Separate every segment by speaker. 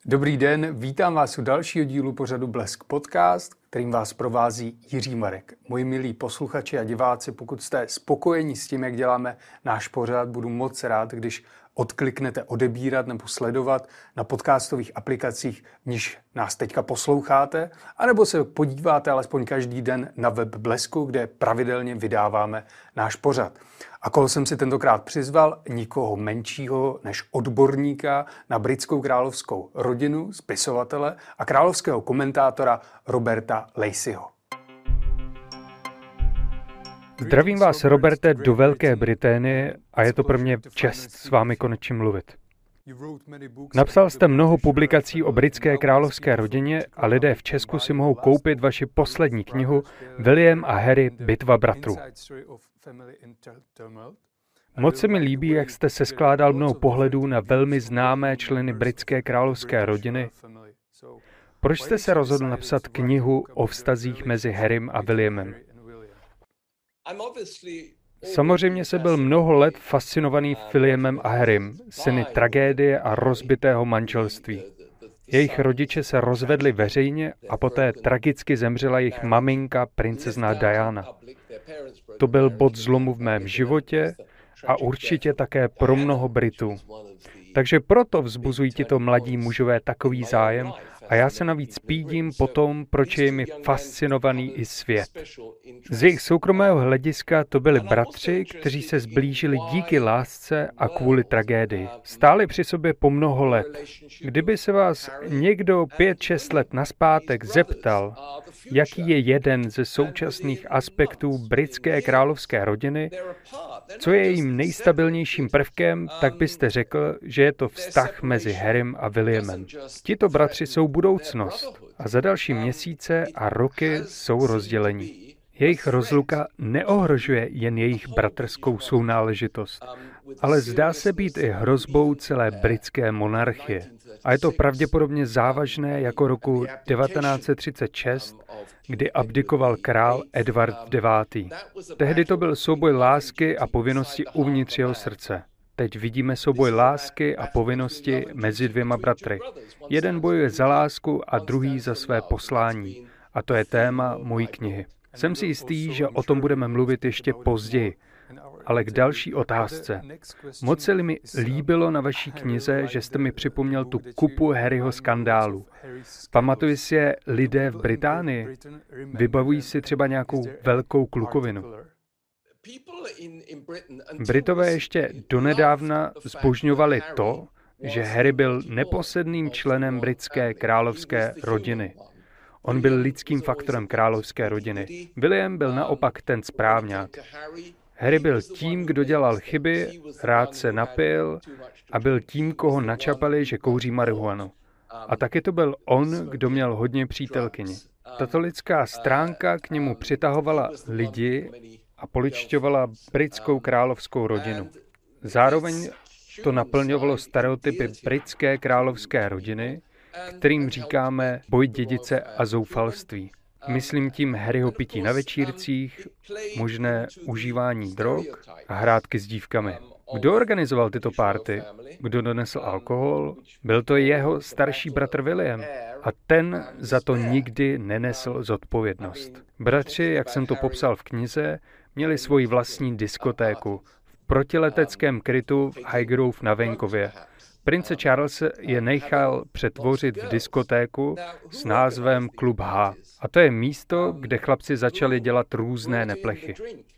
Speaker 1: Dobrý den, vítám vás u dalšího dílu pořadu Blesk Podcast, kterým vás provází Jiří Marek. Moji milí posluchači a diváci, pokud jste spokojeni s tím, jak děláme náš pořad, budu moc rád, když odkliknete odebírat nebo sledovat na podcastových aplikacích, v níž nás teďka posloucháte, anebo se podíváte alespoň každý den na web Blesku, kde pravidelně vydáváme náš pořad. A koho jsem si tentokrát přizval? Nikoho menšího než odborníka na britskou královskou rodinu, spisovatele a královského komentátora Roberta Laceyho.
Speaker 2: Zdravím vás, Roberte, do Velké Británie a je to pro mě čest s vámi konečně mluvit. Napsal jste mnoho publikací o britské královské rodině a lidé v Česku si mohou koupit vaši poslední knihu William a Harry, bitva bratrů. Moc se mi líbí, jak jste seskládal mnoho pohledů na velmi známé členy britské královské rodiny. Proč jste se rozhodl napsat knihu o vztazích mezi Harrym a Williamem? Samozřejmě se byl mnoho let fascinovaný Williamem a Harrym, syny tragédie a rozbitého manželství. Jejich rodiče se rozvedli veřejně a poté tragicky zemřela jejich maminka, princezna Diana. To byl bod zlomu v mém životě a určitě také pro mnoho Britů. Takže proto vzbuzují tito mladí mužové takový zájem a já se navíc pídím po tom, proč je jimi fascinovaný i svět. Z jejich soukromého hlediska to byli bratři, kteří se zblížili díky lásce a kvůli tragédii. Stáli při sobě po mnoho let. Kdyby se vás někdo 5-6 let nazpátek zeptal, jaký je jeden ze současných aspektů britské královské rodiny, co je jejím nejstabilnějším prvkem, tak byste řekl, že je to vztah mezi Harrym a Williamem. Tito bratři jsou budoucnost a za další měsíce a roky jsou rozdělení. Jejich rozluka neohrožuje jen jejich bratrskou sounáležitost, ale zdá se být i hrozbou celé britské monarchie. A je to pravděpodobně závažné jako roku 1936, kdy abdikoval král Edward IX. Tehdy to byl souboj lásky a povinnosti uvnitř jeho srdce. Teď vidíme souboj lásky a povinnosti mezi dvěma bratry. Jeden bojuje za lásku a druhý za své poslání. A to je téma mojí knihy. Jsem si jistý, že o tom budeme mluvit ještě později. Ale k další otázce. Moc se mi líbilo na vaší knize, že jste mi připomněl tu kupu Harryho skandálu. Pamatují si je lidé v Británii? Vybavují si třeba nějakou velkou klukovinu? Britové ještě donedávna zbožňovali to, že Harry byl neposedným členem britské královské rodiny. On byl lidským faktorem královské rodiny. William byl naopak ten správňák. Harry byl tím, kdo dělal chyby, rád se napil a byl tím, koho načapali, že kouří marihuanu. A taky to byl on, kdo měl hodně přítelkyni. Tato lidská stránka k němu přitahovala lidi a poličťovala britskou královskou rodinu. Zároveň to naplňovalo stereotypy britské královské rodiny, kterým říkáme boj dědice a zoufalství. Myslím tím Harryho pití na večírcích, možné užívání drog a hrátky s dívkami. Kdo organizoval tyto párty? Kdo donesl alkohol? Byl to jeho starší bratr William. A ten za to nikdy nenesl zodpovědnost. Bratři, jak jsem to popsal v knize, měli svoji vlastní diskotéku v protileteckém krytu v Highgrove na venkově. Prince Charles je nechal přetvořit v diskotéku s názvem Klub H. A to je místo, kde chlapci začali dělat různé neplechy.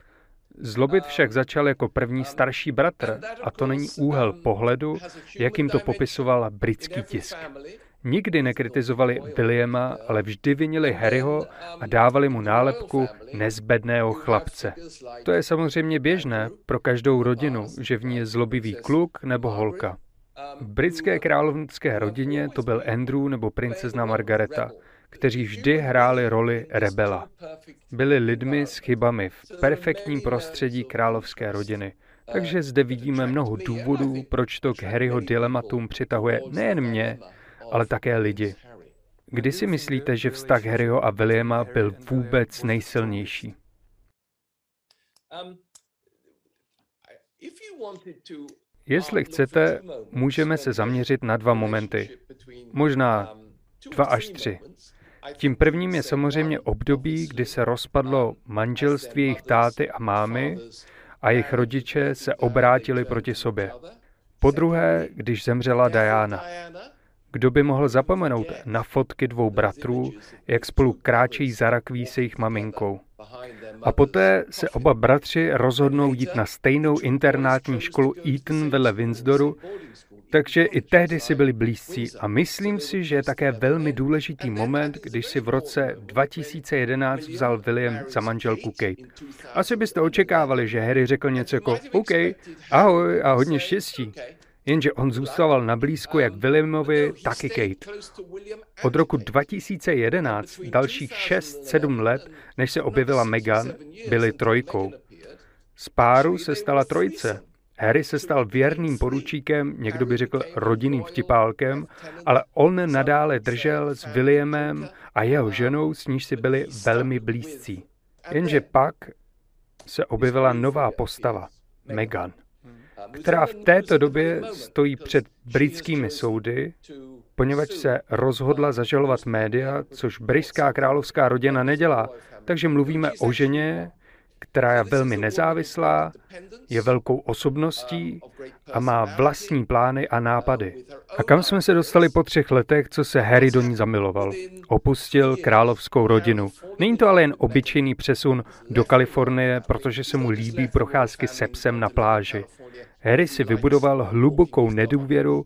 Speaker 2: Zlobit však začal jako první starší bratr a to není úhel pohledu, jakým to popisoval britský tisk. Nikdy nekritizovali Williama, ale vždy vinili Harryho a dávali mu nálepku nezbedného chlapce. To je samozřejmě běžné pro každou rodinu, že v ní je zlobivý kluk nebo holka. V britské královské rodině to byl Andrew nebo princezna Margareta, kteří vždy hráli roli rebela. Byli lidmi s chybami v perfektním prostředí královské rodiny. Takže zde vidíme mnoho důvodů, proč to k Harryho dilematům přitahuje nejen mě, ale také lidi. Kdy si myslíte, že vztah Harryho a Williama byl vůbec nejsilnější? Jestli chcete, můžeme se zaměřit na 2 momenty. Možná 2 až 3. Tím prvním je samozřejmě období, kdy se rozpadlo manželství jejich táty a mámy a jejich rodiče se obrátili proti sobě. Po druhé, když zemřela Diana. Kdo by mohl zapomenout na fotky 2 bratrů, jak spolu kráčejí za rakví se jejich maminkou. A poté se oba bratři rozhodnou jít na stejnou internátní školu Eton vedle Windsoru, takže i tehdy si byli blízcí a myslím si, že je také velmi důležitý moment, když si v roce 2011 vzal William za manželku Kate. Asi byste očekávali, že Harry řekl něco jako OK, ahoj a hodně štěstí. Jenže on zůstával na blízku jak Williamovi, tak i Kate. Od roku 2011 dalších 6-7 let, než se objevila Meghan, byli trojkou. Z páru se stala trojice. Harry se stal věrným poručíkem, někdo by řekl rodinným vtipálkem, ale on nadále držel s Williamem a jeho ženou, s níž si byli velmi blízcí. Jenže pak se objevila nová postava, Meghan, která v této době stojí před britskými soudy, poněvadž se rozhodla zažalovat média, což britská královská rodina nedělá. Takže mluvíme o ženě, která je velmi nezávislá, je velkou osobností a má vlastní plány a nápady. A kam jsme se dostali po 3 letech, co se Harry do ní zamiloval? Opustil královskou rodinu. Není to ale jen obyčejný přesun do Kalifornie, protože se mu líbí procházky se psem na pláži. Harry si vybudoval hlubokou nedůvěru,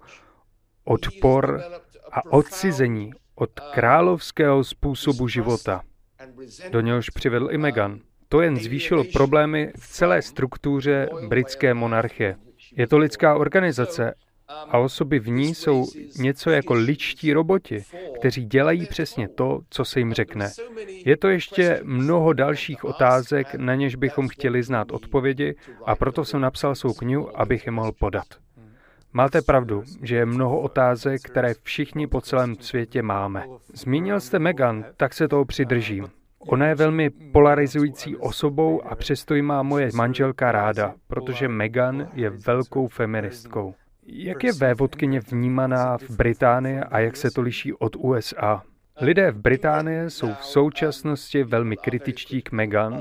Speaker 2: odpor a odcizení od královského způsobu života. Do něhož přivedl i Meghan. To jen zvýšilo problémy v celé struktuře britské monarchie. Je to lidská organizace a osoby v ní jsou něco jako lidští roboti, kteří dělají přesně to, co se jim řekne. Je to ještě mnoho dalších otázek, na něž bychom chtěli znát odpovědi, a proto jsem napsal svou knihu, abych je mohl podat. Máte pravdu, že je mnoho otázek, které všichni po celém světě máme. Zmínil jste Meghan, tak se toho přidržím. Ona je velmi polarizující osobou a přesto ji má moje manželka ráda, protože Meghan je velkou feministkou. Jak je vévodkyně vnímaná v Británii a jak se to liší od USA? Lidé v Británii jsou v současnosti velmi kritičtí k Meghan,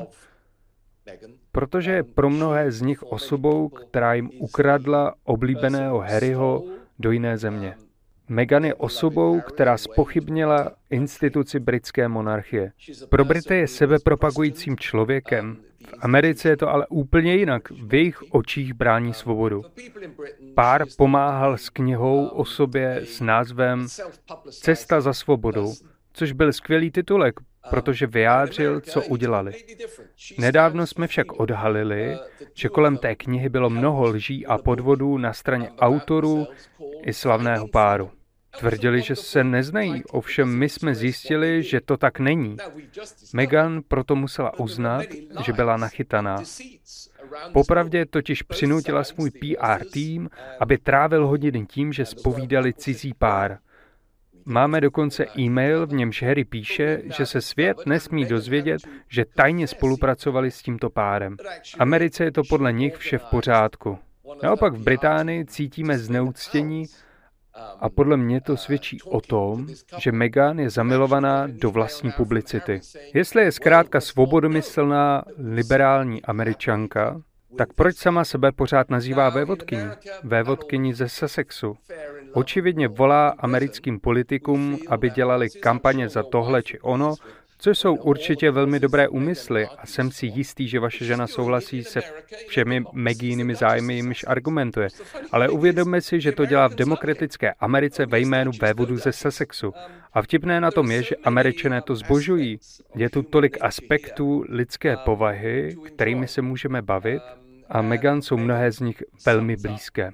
Speaker 2: protože je pro mnohé z nich osobou, která jim ukradla oblíbeného Harryho do jiné země. Meghan je osobou, která zpochybnila instituci britské monarchie. Pro Brity je sebepropagujícím člověkem. V Americe je to ale úplně jinak. V jejich očích brání svobodu. Pár pomáhal s knihou o sobě s názvem Cesta za svobodou, což byl skvělý titulek, protože vyjádřil, co udělali. Nedávno jsme však odhalili, že kolem té knihy bylo mnoho lží a podvodů na straně autorů i slavného páru. Tvrdili, že se neznají, ovšem my jsme zjistili, že to tak není. Meghan proto musela uznat, že byla nachytaná. Popravdě totiž přinutila svůj PR tým, aby trávil hodiny tím, že zpovídali cizí pár. Máme dokonce e-mail, v němž Harry píše, že se svět nesmí dozvědět, že tajně spolupracovali s tímto párem. V Americe je to podle nich vše v pořádku. Naopak v Británii cítíme zneuctění a podle mě to svědčí o tom, že Meghan je zamilovaná do vlastní publicity. Jestli je zkrátka svobodomyslná liberální Američanka, tak proč sama sebe pořád nazývá vévodkyní? Vévodkyní ze Sussexu. Očividně volá americkým politikům, aby dělali kampaně za tohle či ono, což jsou určitě velmi dobré úmysly a jsem si jistý, že vaše žena souhlasí se všemi Megginými zájmy, jimiž argumentuje. Ale uvědomme si, že to dělá v demokratické Americe ve jménu vévodu ze Sussexu. A vtipné na tom je, že Američané to zbožují. Je tu tolik aspektů lidské povahy, kterými se můžeme bavit, a Meghan jsou mnohé z nich velmi blízké.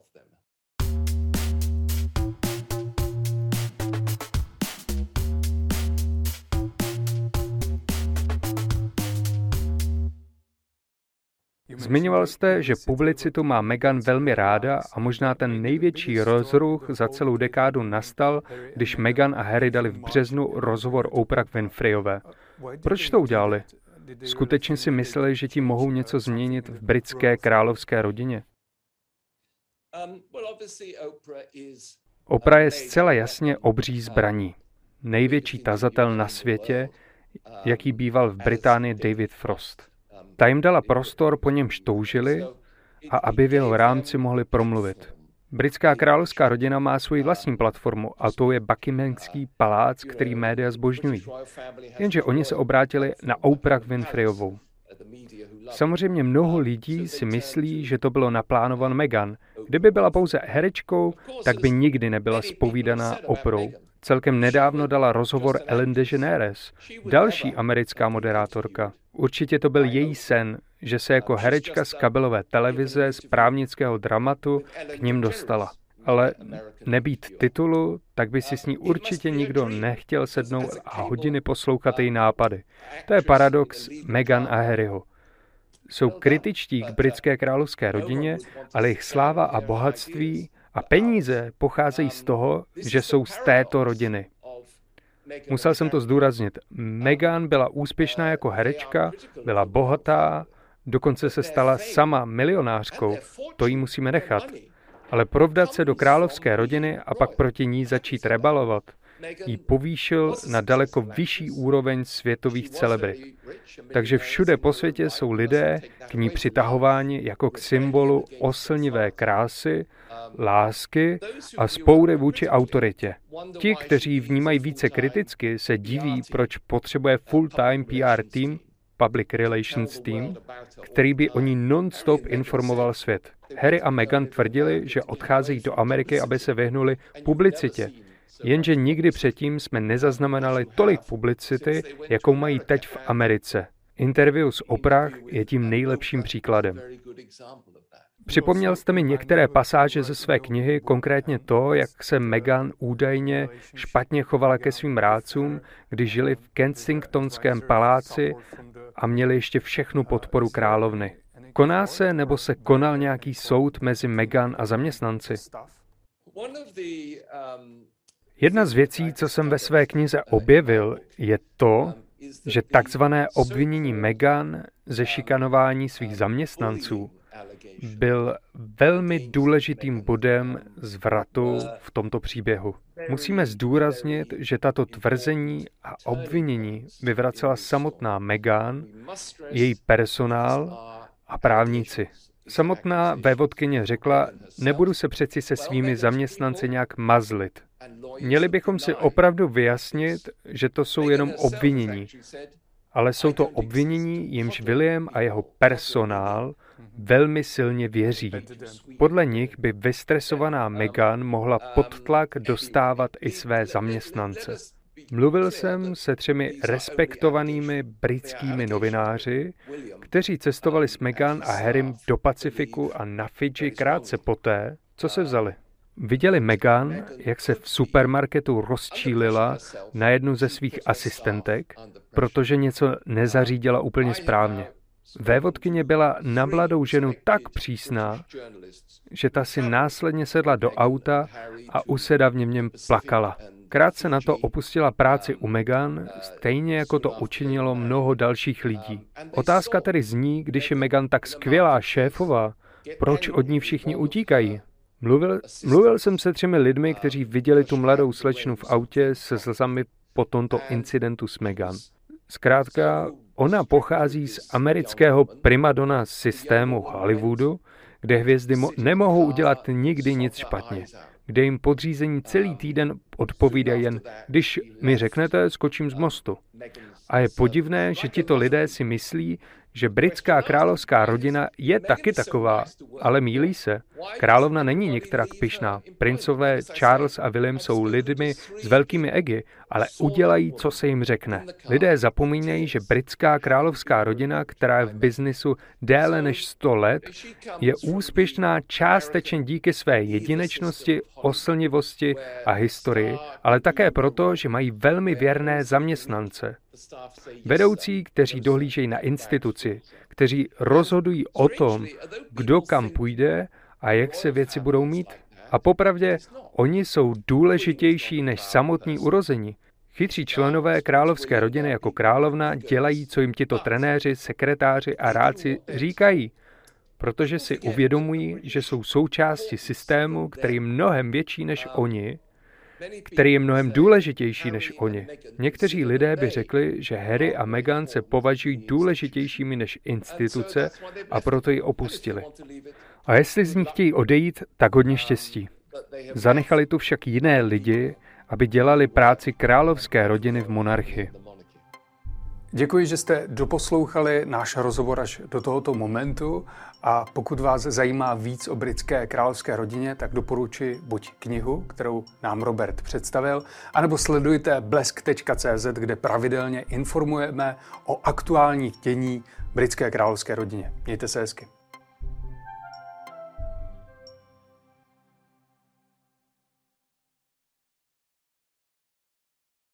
Speaker 2: Zmiňoval jste, že publicitu má Meghan velmi ráda a možná ten největší rozruch za celou dekádu nastal, když Meghan a Harry dali v březnu rozhovor Oprah Winfreyové. Proč to udělali? Skutečně si mysleli, že tím mohou něco změnit v britské královské rodině? Oprah je zcela jasně obří zbraní. Největší tazatel na světě, jaký býval v Británii David Frost. Ta jim dala prostor, po němž toužili, a aby v jeho rámci mohli promluvit. Britská královská rodina má svoji vlastní platformu a to je Buckinghamský palác, který média zbožňují. Jenže oni se obrátili na Oprah Winfreyovou. Samozřejmě mnoho lidí si myslí, že to bylo naplánované Meghan. Kdyby byla pouze herečkou, tak by nikdy nebyla zpovídaná Oprou. Celkem nedávno dala rozhovor Ellen DeGeneres, další americká moderátorka. Určitě to byl její sen, že se jako herečka z kabelové televize, z právnického dramatu k nim dostala. Ale nebýt titulu, tak by si s ní určitě nikdo nechtěl sednout a hodiny poslouchat její nápady. To je paradox Meghan a Harryho. Jsou kritičtí k britské královské rodině, ale jejich sláva a bohatství a peníze pocházejí z toho, že jsou z této rodiny. Musel jsem to zdůraznit. Meghan byla úspěšná jako herečka, byla bohatá, dokonce se stala sama milionářkou. To jí musíme nechat. Ale provdat se do královské rodiny a pak proti ní začít rebelovat, jí povýšil na daleko vyšší úroveň světových celebrit. Takže všude po světě jsou lidé k ní přitahováni jako k symbolu oslnivé krásy, lásky a vzpoury vůči autoritě. Ti, kteří ji vnímají více kriticky, se diví, proč potřebuje full-time PR tým, Public Relations Team, který by o ní non-stop informoval svět. Harry a Meghan tvrdili, že odcházejí do Ameriky, aby se vyhnuli publicitě. Jenže nikdy předtím jsme nezaznamenali tolik publicity, jakou mají teď v Americe. Interview s Oprah je tím nejlepším příkladem. Připomněl jste mi některé pasáže ze své knihy, konkrétně to, jak se Meghan údajně špatně chovala ke svým rádcům, když žili v Kensingtonském paláci a měli ještě všechnu podporu královny. Koná se nebo se konal nějaký soud mezi Meghan a zaměstnanci? Jedna z věcí, co jsem ve své knize objevil, je to, že takzvané obvinění Meghan ze šikanování svých zaměstnanců byl velmi důležitým bodem zvratu v tomto příběhu. Musíme zdůraznit, že tato tvrzení a obvinění vyvracela samotná Meghan, její personál a právníci. Samotná vévodkyně řekla, nebudu se přeci se svými zaměstnanci nějak mazlit. Měli bychom si opravdu vyjasnit, že to jsou jenom obvinění. Ale jsou to obvinění, jimž William a jeho personál velmi silně věří. Podle nich by vystresovaná Meghan mohla pod tlak dostávat i své zaměstnance. Mluvil jsem se 3 respektovanými britskými novináři, kteří cestovali s Meghan a Harrym do Pacifiku a na Fidži krátce poté, co se vzali. Viděli Meghan, jak se v supermarketu rozčílila na jednu ze svých asistentek, protože něco nezařídila úplně správně. Vévodkyně byla na mladou ženu tak přísná, že ta si následně sedla do auta a usedavně v něm plakala. Krátce na to opustila práci u Meghan, stejně jako to učinilo mnoho dalších lidí. Otázka tedy zní, když je Meghan tak skvělá šéfová, proč od ní všichni utíkají? Mluvil jsem se 3 lidmi, kteří viděli tu mladou slečnu v autě se slzami po tomto incidentu s Meghan. Zkrátka, ona pochází z amerického primadona systému Hollywoodu, kde hvězdy nemohou udělat nikdy nic špatně, kde jim podřízení celý týden odpovídají jen, když mi řeknete, skočím z mostu. A je podivné, že tito lidé si myslí, že britská královská rodina je taky taková, ale mýlí se. Královna není některak pyšná. Princové Charles a William jsou lidmi s velkými egy, ale udělají, co se jim řekne. Lidé zapomínají, že britská královská rodina, která je v biznisu déle než 100 let, je úspěšná částečně díky své jedinečnosti, oslnivosti a historii, ale také proto, že mají velmi věrné zaměstnance. Vedoucí, kteří dohlížejí na instituci, kteří rozhodují o tom, kdo kam půjde a jak se věci budou mít. A popravdě, oni jsou důležitější než samotní urození. Chytří členové královské rodiny jako královna dělají, co jim tito trenéři, sekretáři a rádci říkají. protože si uvědomují, že jsou součástí systému, který je mnohem větší než oni, který je mnohem důležitější než oni. Někteří lidé by řekli, že Harry a Meghan se považují důležitějšími než instituce a proto ji opustili. A jestli z nich chtějí odejít, tak hodně štěstí. Zanechali tu však jiné lidi, aby dělali práci královské rodiny v monarchii.
Speaker 1: Děkuji, že jste doposlouchali náš rozhovor až do tohoto momentu a pokud vás zajímá víc o britské královské rodině, tak doporučuji buď knihu, kterou nám Robert představil, anebo sledujte blesk.cz, kde pravidelně informujeme o aktuálních dění britské královské rodině. Mějte se hezky.